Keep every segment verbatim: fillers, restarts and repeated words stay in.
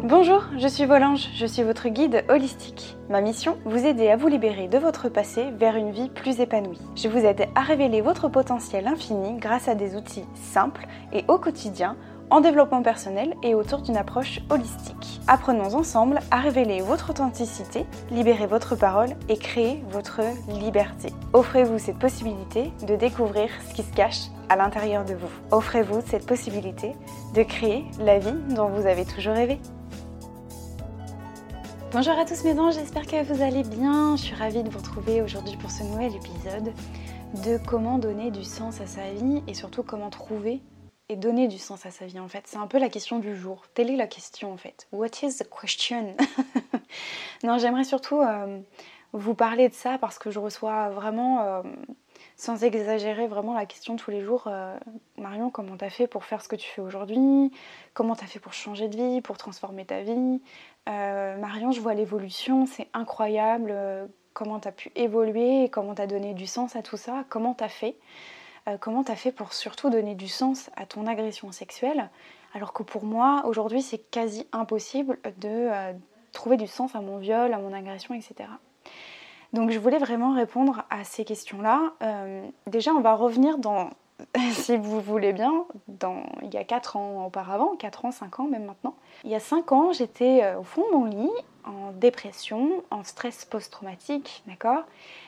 Bonjour, je suis Volange, je suis votre guide holistique. Ma mission, vous aider à vous libérer de votre passé vers une vie plus épanouie. Je vous aide à révéler votre potentiel infini grâce à des outils simples et au quotidien, en développement personnel et autour d'une approche holistique. Apprenons ensemble à révéler votre authenticité, libérer votre parole et créer votre liberté. Offrez-vous cette possibilité de découvrir ce qui se cache à l'intérieur de vous. Offrez-vous cette possibilité de créer la vie dont vous avez toujours rêvé. Bonjour à tous mes anges, j'espère que vous allez bien. Je suis ravie de vous retrouver aujourd'hui pour ce nouvel épisode de comment donner du sens à sa vie et surtout comment trouver et donner du sens à sa vie en fait. C'est un peu la question du jour. Telle est la question en fait. What is the question? Non, j'aimerais surtout euh, vous parler de ça parce que je reçois vraiment, euh, sans exagérer, vraiment la question tous les jours. Euh, Marion, comment t'as fait pour faire ce que tu fais aujourd'hui? Comment t'as fait pour changer de vie, pour transformer ta vie? Euh, Marion, je vois l'évolution, c'est incroyable, euh, comment tu as pu évoluer, comment tu as donné du sens à tout ça, comment tu as fait, euh, comment tu as fait pour surtout donner du sens à ton agression sexuelle, alors que pour moi, aujourd'hui, c'est quasi impossible de euh, trouver du sens à mon viol, à mon agression, et cetera. Donc je voulais vraiment répondre à ces questions-là. Euh, déjà, on va revenir dans, si vous voulez bien, dans, il y a quatre ans auparavant, quatre ans, cinq ans même maintenant. Il y a cinq ans, j'étais au fond de mon lit, en dépression, en stress post-traumatique, d'accord?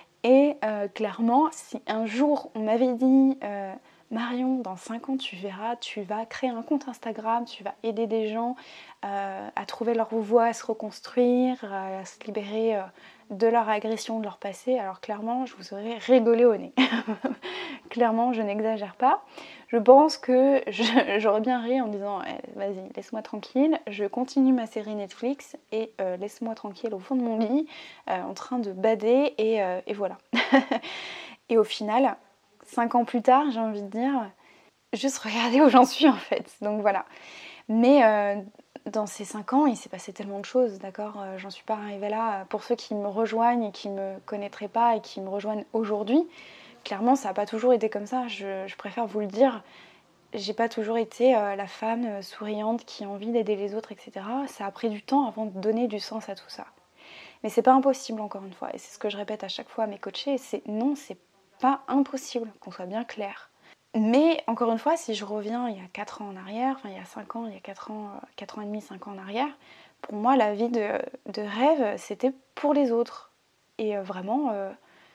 Et euh, clairement, si un jour on m'avait dit euh, Marion, dans cinq ans tu verras, tu vas créer un compte Instagram, tu vas aider des gens euh, à trouver leur voie, à se reconstruire, à se libérer euh, de leur agression, de leur passé, alors clairement je vous aurais rigolé au nez. Clairement, je n'exagère pas. Je pense que je, j'aurais bien ri en disant eh, vas-y, laisse-moi tranquille, je continue ma série Netflix et euh, laisse-moi tranquille au fond de mon lit, euh, en train de bader et, euh, et voilà. Et au final, cinq ans plus tard, j'ai envie de dire, juste regardez où j'en suis en fait. Donc voilà. Mais euh, dans ces cinq ans, il s'est passé tellement de choses, d'accord, euh, j'en suis pas arrivée là. Pour ceux qui me rejoignent et qui me connaîtraient pas et qui me rejoignent aujourd'hui, clairement, ça n'a pas toujours été comme ça, je, je préfère vous le dire. J'ai pas toujours été euh, la femme euh, souriante qui a envie d'aider les autres, et cetera. Ça a pris du temps avant de donner du sens à tout ça. Mais c'est pas impossible, encore une fois. Et c'est ce que je répète à chaque fois à mes coachés, c'est non, c'est pas impossible, qu'on soit bien clair. Mais encore une fois, si je reviens il y a quatre ans en arrière, enfin il y a cinq ans, il y a quatre ans, quatre ans et demi, cinq ans en arrière, pour moi, la vie de, de rêve, c'était pour les autres. Et euh, vraiment... Euh,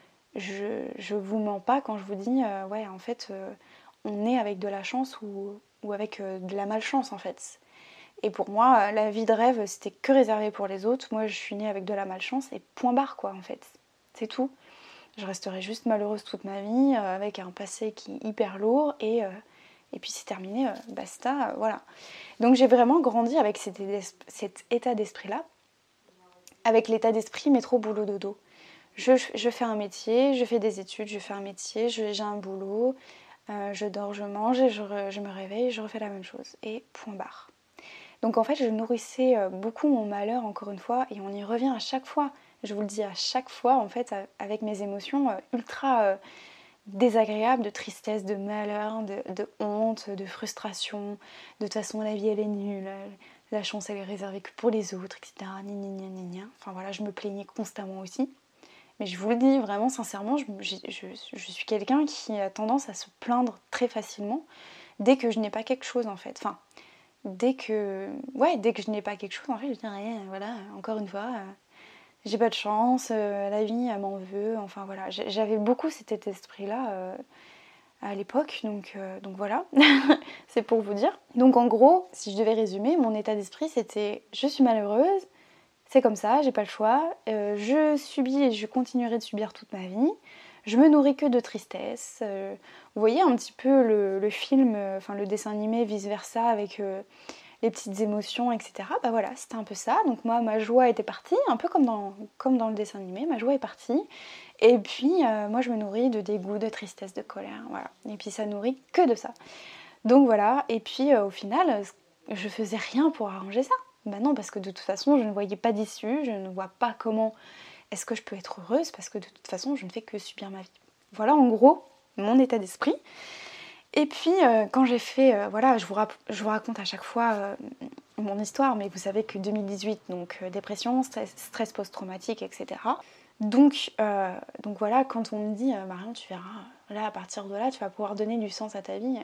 Je, je vous mens pas quand je vous dis euh, ouais en fait euh, on est avec de la chance ou, ou avec euh, de la malchance en fait. Et pour moi euh, la vie de rêve c'était que réservé pour les autres. Moi je suis née avec de la malchance et point barre quoi en fait. C'est tout. Je resterai juste malheureuse toute ma vie euh, avec un passé qui est hyper lourd et, euh, et puis c'est terminé, euh, basta, euh, voilà. Donc j'ai vraiment grandi avec cet, cet état d'esprit là, avec l'état d'esprit métro boulot dodo. Je, je fais un métier, je fais des études, je fais un métier, je, j'ai un boulot, euh, je dors, je mange, et je, re, je me réveille, je refais la même chose. Et point barre. Donc en fait, je nourrissais beaucoup mon malheur, encore une fois, et on y revient à chaque fois. Je vous le dis à chaque fois, en fait, avec mes émotions ultra euh, désagréables, de tristesse, de malheur, de, de honte, de frustration. De toute façon, la vie, elle est nulle. La chance, elle est réservée que pour les autres, et cetera. Gna, gna, gna, gna. Enfin voilà, je me plaignais constamment aussi. Mais je vous le dis vraiment sincèrement, je, je, je, je suis quelqu'un qui a tendance à se plaindre très facilement dès que je n'ai pas quelque chose en fait. Enfin, dès que, ouais, dès que je n'ai pas quelque chose en fait, je dirais, eh, voilà, encore une fois, euh, j'ai pas de chance, euh, la vie elle m'en veut, enfin voilà. J'avais beaucoup cet état d'esprit-là euh, à l'époque, donc, euh, donc voilà, c'est pour vous dire. Donc en gros, si je devais résumer, mon état d'esprit c'était, je suis malheureuse, c'est comme ça, j'ai pas le choix, euh, je subis et je continuerai de subir toute ma vie, je me nourris que de tristesse. Euh, vous voyez un petit peu le, le film, euh, enfin le dessin animé vice versa avec euh, les petites émotions, et cetera. Bah voilà, c'était un peu ça, donc moi ma joie était partie, un peu comme dans, comme dans le dessin animé, ma joie est partie, et puis euh, moi je me nourris de dégoût, de tristesse, de colère, voilà, et puis ça nourrit que de ça. Donc voilà, et puis euh, au final, je faisais rien pour arranger ça. Bah non, parce que de toute façon, je ne voyais pas d'issue, je ne vois pas comment est-ce que je peux être heureuse, parce que de toute façon, je ne fais que subir ma vie. Voilà en gros mon état d'esprit. Et puis euh, quand j'ai fait, euh, voilà, je vous, rap- je vous raconte à chaque fois euh, mon histoire, mais vous savez que deux mille dix-huit, donc euh, dépression, stress, stress post-traumatique, et cetera. Donc, euh, donc voilà, quand on me dit euh, Marion, tu verras, là à partir de là, tu vas pouvoir donner du sens à ta vie.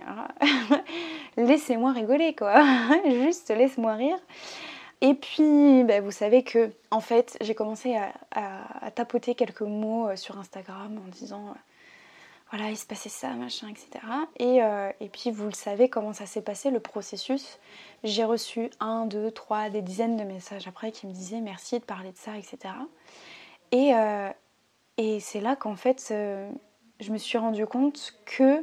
Laissez-moi rigoler, quoi. Juste laisse-moi rire. Et puis, bah, vous savez que, en fait, j'ai commencé à, à, à tapoter quelques mots sur Instagram en disant, euh, voilà, il se passait ça, machin, et cetera. Et, euh, et puis, vous le savez comment ça s'est passé, le processus. J'ai reçu un, deux, trois, des dizaines de messages après qui me disaient merci de parler de ça, et cetera. Et, euh, et c'est là qu'en fait, euh, je me suis rendu compte que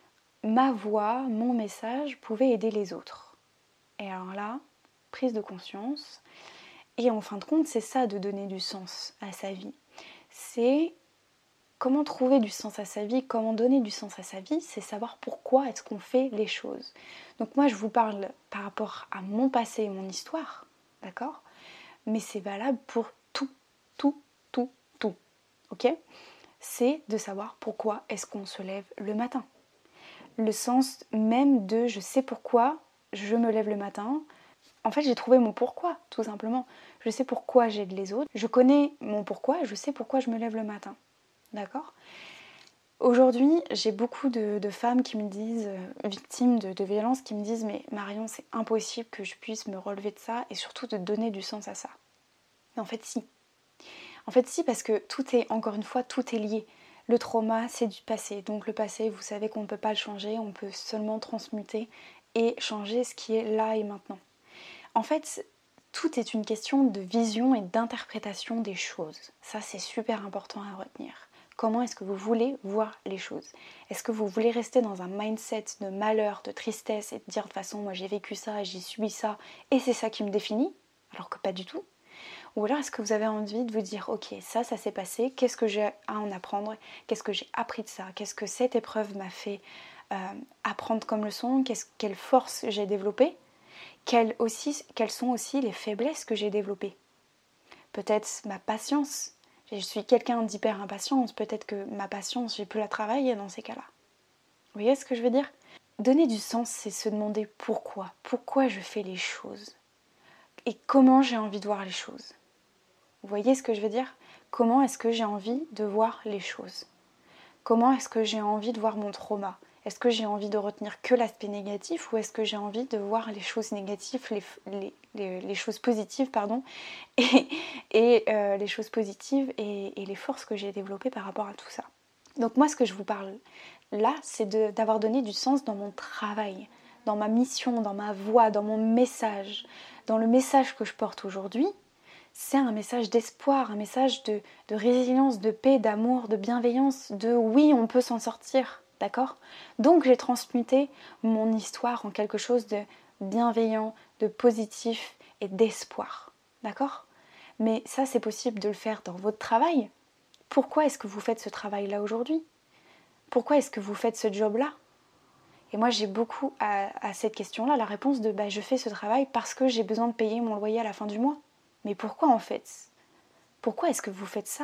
ma voix, mon message pouvait aider les autres. Et alors là, prise de conscience. Et en fin de compte, c'est ça de donner du sens à sa vie. C'est comment trouver du sens à sa vie, comment donner du sens à sa vie, c'est savoir pourquoi est-ce qu'on fait les choses. Donc moi, je vous parle par rapport à mon passé et mon histoire, d'accord ? Mais c'est valable pour tout, tout, tout, tout, ok ? C'est de savoir pourquoi est-ce qu'on se lève le matin. Le sens même de je sais pourquoi je me lève le matin. En fait, j'ai trouvé mon pourquoi, tout simplement. Je sais pourquoi j'aide les autres. Je connais mon pourquoi et je sais pourquoi je me lève le matin. D'accord ? Aujourd'hui, j'ai beaucoup de, de femmes qui me disent, euh, victimes de, de violences, qui me disent « Mais Marion, c'est impossible que je puisse me relever de ça et surtout de donner du sens à ça. » Mais en fait, si. En fait, si, parce que tout est, encore une fois, tout est lié. Le trauma, c'est du passé. Donc le passé, vous savez qu'on ne peut pas le changer, on peut seulement transmuter et changer ce qui est là et maintenant. En fait, tout est une question de vision et d'interprétation des choses. Ça, c'est super important à retenir. Comment est-ce que vous voulez voir les choses ? Est-ce que vous voulez rester dans un mindset de malheur, de tristesse et de dire de toute façon, moi j'ai vécu ça, j'ai subi ça et c'est ça qui me définit ? Alors que pas du tout. Ou alors est-ce que vous avez envie de vous dire ok, ça, ça s'est passé, qu'est-ce que j'ai à en apprendre ? Qu'est-ce que j'ai appris de ça ? Qu'est-ce que cette épreuve m'a fait euh, apprendre comme leçon ? Qu'est-ce, quelle force j'ai développée ? Quelles, aussi, quelles sont aussi les faiblesses que j'ai développées ? Peut-être ma patience. Je suis quelqu'un d'hyper impatiente. Peut-être que ma patience, j'ai pu la travailler dans ces cas-là. Vous voyez ce que je veux dire ? Donner du sens, c'est se demander pourquoi. Pourquoi je fais les choses ? Et comment j'ai envie de voir les choses ? Vous voyez ce que je veux dire ? Comment est-ce que j'ai envie de voir les choses ? Comment est-ce que j'ai envie de voir mon trauma ? Est-ce que j'ai envie de retenir que l'aspect négatif ou est-ce que j'ai envie de voir les choses négatives, les, les, les, les choses positives, pardon, et, et euh, les choses positives et, et les forces que j'ai développées par rapport à tout ça. Donc moi, ce que je vous parle là, c'est de, d'avoir donné du sens dans mon travail, dans ma mission, dans ma voix, dans mon message, dans le message que je porte aujourd'hui. C'est un message d'espoir, un message de, de résilience, de paix, d'amour, de bienveillance, de oui, on peut s'en sortir. D'accord ? Donc j'ai transmuté mon histoire en quelque chose de bienveillant, de positif et d'espoir. D'accord ? Mais ça, c'est possible de le faire dans votre travail. Pourquoi est-ce que vous faites ce travail-là aujourd'hui ? Pourquoi est-ce que vous faites ce job-là ? Et moi, j'ai beaucoup à, à cette question-là la réponse de bah, je fais ce travail parce que j'ai besoin de payer mon loyer à la fin du mois. Mais pourquoi en fait ? Pourquoi est-ce que vous faites ça ?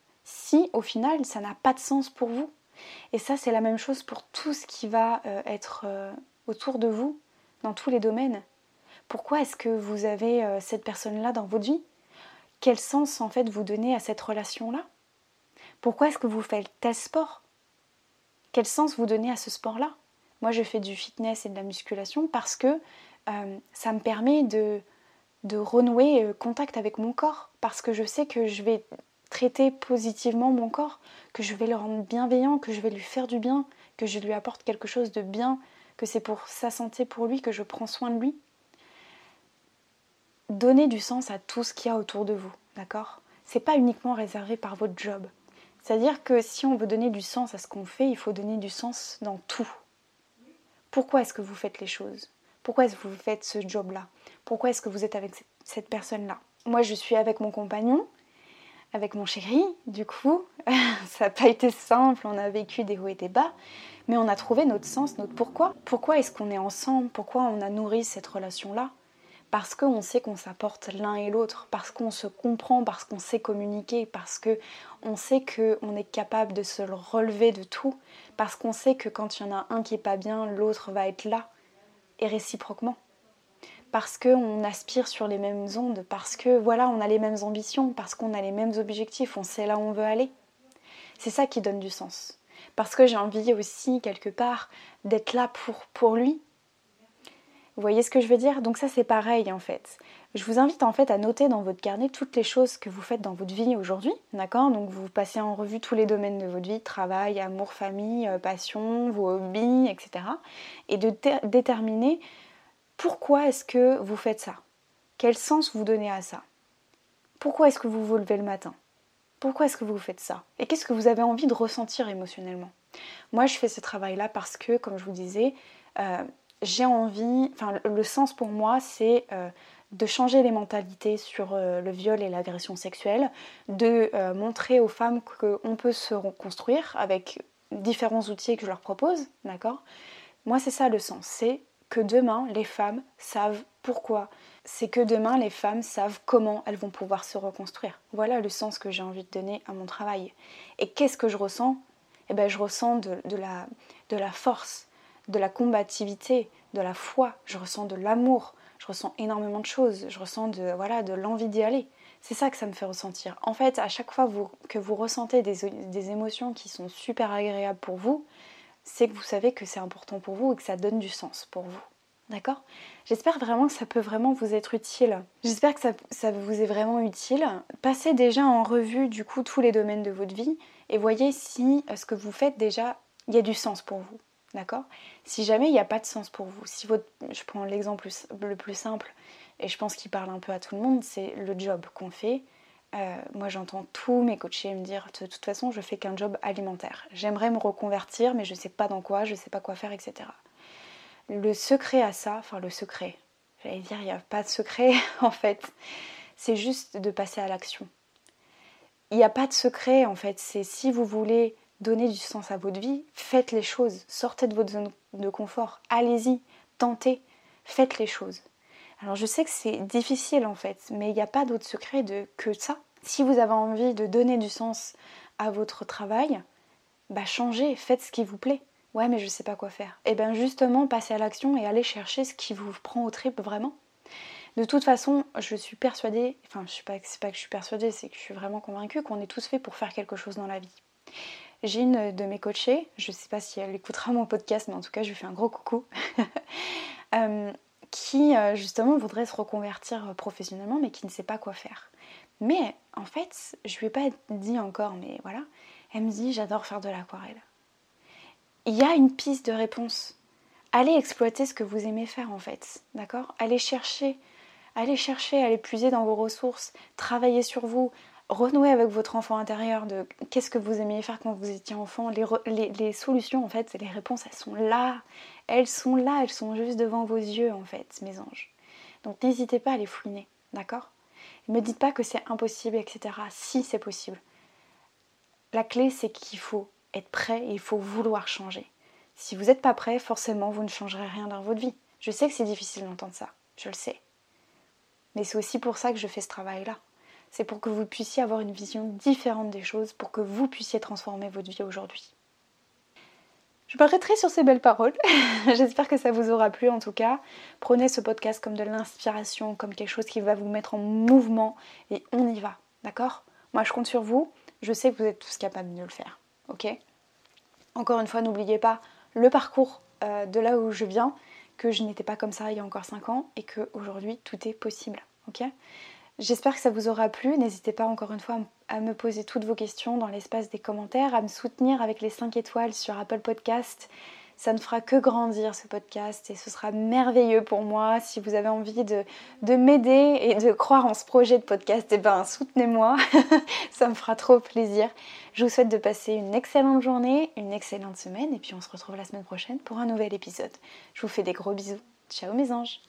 Si au final, ça n'a pas de sens pour vous. Et ça, c'est la même chose pour tout ce qui va euh, être euh, autour de vous, dans tous les domaines. Pourquoi est-ce que vous avez euh, cette personne-là dans votre vie ? Quel sens, en fait, vous donnez à cette relation-là ? Pourquoi est-ce que vous faites tel sport ? Quel sens vous donnez à ce sport-là ? Moi, je fais du fitness et de la musculation parce que euh, ça me permet de, de renouer euh, contact avec mon corps. Parce que je sais que je vais traiter positivement mon corps, que je vais le rendre bienveillant, que je vais lui faire du bien, que je lui apporte quelque chose de bien, que c'est pour sa santé, pour lui, que je prends soin de lui. Donnez du sens à tout ce qu'il y a autour de vous, d'accord ? C'est pas uniquement réservé par votre job. C'est-à-dire que si on veut donner du sens à ce qu'on fait, il faut donner du sens dans tout. Pourquoi est-ce que vous faites les choses ? Pourquoi est-ce que vous faites ce job-là ? Pourquoi est-ce que vous êtes avec cette personne-là ? Moi, je suis avec mon compagnon, avec mon chéri, du coup, ça n'a pas été simple, on a vécu des hauts et des bas, mais on a trouvé notre sens, notre pourquoi. Pourquoi est-ce qu'on est ensemble ? Pourquoi on a nourri cette relation-là ? Parce qu'on sait qu'on s'apporte l'un et l'autre, parce qu'on se comprend, parce qu'on sait communiquer, parce qu'on sait qu'on est capable de se relever de tout, parce qu'on sait que quand il y en a un qui n'est pas bien, l'autre va être là, et réciproquement. parce qu'on aspire sur les mêmes ondes, parce que voilà, on a les mêmes ambitions, parce qu'on a les mêmes objectifs, on sait là où on veut aller. C'est ça qui donne du sens. Parce que j'ai envie aussi, quelque part, d'être là pour, pour lui. Vous voyez ce que je veux dire? Donc ça, c'est pareil, en fait. Je vous invite, en fait, à noter dans votre carnet toutes les choses que vous faites dans votre vie aujourd'hui, d'accord? Donc vous passez en revue tous les domaines de votre vie, travail, amour, famille, passion, vos hobbies, et cetera. Et de ter- déterminer pourquoi est-ce que vous faites ça? Quel sens vous donnez à ça? Pourquoi est-ce que vous vous levez le matin? Pourquoi est-ce que vous faites ça? Et qu'est-ce que vous avez envie de ressentir émotionnellement? Moi, je fais ce travail-là parce que, comme je vous disais, euh, j'ai envie... Enfin, le sens pour moi, c'est euh, de changer les mentalités sur euh, le viol et l'agression sexuelle, de euh, montrer aux femmes qu'on peut se reconstruire avec différents outils que je leur propose, d'accord? Moi, c'est ça le sens, c'est que demain, les femmes savent pourquoi. C'est que demain, les femmes savent comment elles vont pouvoir se reconstruire. Voilà le sens que j'ai envie de donner à mon travail. Et qu'est-ce que je ressens? Eh bien, je ressens de, de, la, de la force, de la combativité, de la foi. Je ressens de l'amour. Je ressens énormément de choses. Je ressens de, voilà, de l'envie d'y aller. C'est ça que ça me fait ressentir. En fait, à chaque fois vous, que vous ressentez des, des émotions qui sont super agréables pour vous, c'est que vous savez que c'est important pour vous et que ça donne du sens pour vous. D'accord? J'espère vraiment que ça peut vraiment vous être utile. J'espère que ça, ça vous est vraiment utile. Passez déjà en revue du coup tous les domaines de votre vie et voyez si ce que vous faites déjà, il y a du sens pour vous. D'accord? Si jamais il n'y a pas de sens pour vous, si votre, je prends l'exemple le plus simple et je pense qu'il parle un peu à tout le monde, c'est le job qu'on fait. Euh, moi j'entends tous mes coachés me dire de toute façon je fais qu'un job alimentaire. J'aimerais me reconvertir mais je ne sais pas dans quoi, je ne sais pas quoi faire, et cetera. Le secret à ça, enfin le secret, j'allais dire il n'y a pas de secret en fait, c'est juste de passer à l'action. Il n'y a pas de secret en fait, c'est si vous voulez donner du sens à votre vie, faites les choses, sortez de votre zone de confort, allez-y, tentez, faites les choses. Alors je sais que c'est difficile en fait, mais il n'y a pas d'autre secret de, que ça. Si vous avez envie de donner du sens à votre travail, bah changez, faites ce qui vous plaît. Ouais mais je sais pas quoi faire. Et bien justement, passez à l'action et allez chercher ce qui vous prend aux tripes vraiment. De toute façon, je suis persuadée, enfin je sais pas, c'est pas que je suis persuadée, c'est que je suis vraiment convaincue qu'on est tous faits pour faire quelque chose dans la vie. J'ai une de mes coachées, je sais pas si elle écoutera mon podcast, mais en tout cas je lui fais un gros coucou. euh, qui justement voudrait se reconvertir professionnellement mais qui ne sait pas quoi faire. Mais en fait, je lui ai pas dit encore, mais voilà, elle me dit j'adore faire de l'aquarelle. Il y a une piste de réponse. Allez exploiter ce que vous aimez faire en fait, d'accord? Allez chercher, allez chercher, allez puiser dans vos ressources, travailler sur vous, renouer avec votre enfant intérieur de qu'est-ce que vous aimiez faire quand vous étiez enfant. Les, re, les, les solutions en fait, les réponses elles sont là, elles sont là, elles sont juste devant vos yeux en fait, mes anges. Donc n'hésitez pas à les fouiner, d'accord? Ne me dites pas que c'est impossible, et cetera. Si c'est possible. La clé c'est qu'il faut être prêt et il faut vouloir changer. Si vous n'êtes pas prêt, forcément vous ne changerez rien dans votre vie. Je sais que c'est difficile d'entendre ça, je le sais. Mais c'est aussi pour ça que je fais ce travail-là. C'est pour que vous puissiez avoir une vision différente des choses, pour que vous puissiez transformer votre vie aujourd'hui. Je m'arrêterai sur ces belles paroles. J'espère que ça vous aura plu en tout cas. Prenez ce podcast comme de l'inspiration, comme quelque chose qui va vous mettre en mouvement et on y va, d'accord? Moi je compte sur vous, je sais que vous êtes tous capables de le faire, ok? Encore une fois, n'oubliez pas le parcours euh, de là où je viens, que je n'étais pas comme ça il y a encore cinq ans et qu'aujourd'hui tout est possible, ok? J'espère que ça vous aura plu, n'hésitez pas encore une fois à me poser toutes vos questions dans l'espace des commentaires, à me soutenir avec les cinq étoiles sur Apple Podcast. Ça ne fera que grandir ce podcast et ce sera merveilleux pour moi. Si vous avez envie de, de m'aider et de croire en ce projet de podcast, eh ben soutenez-moi, ça me fera trop plaisir. Je vous souhaite de passer une excellente journée, une excellente semaine et puis on se retrouve la semaine prochaine pour un nouvel épisode. Je vous fais des gros bisous. Ciao mes anges!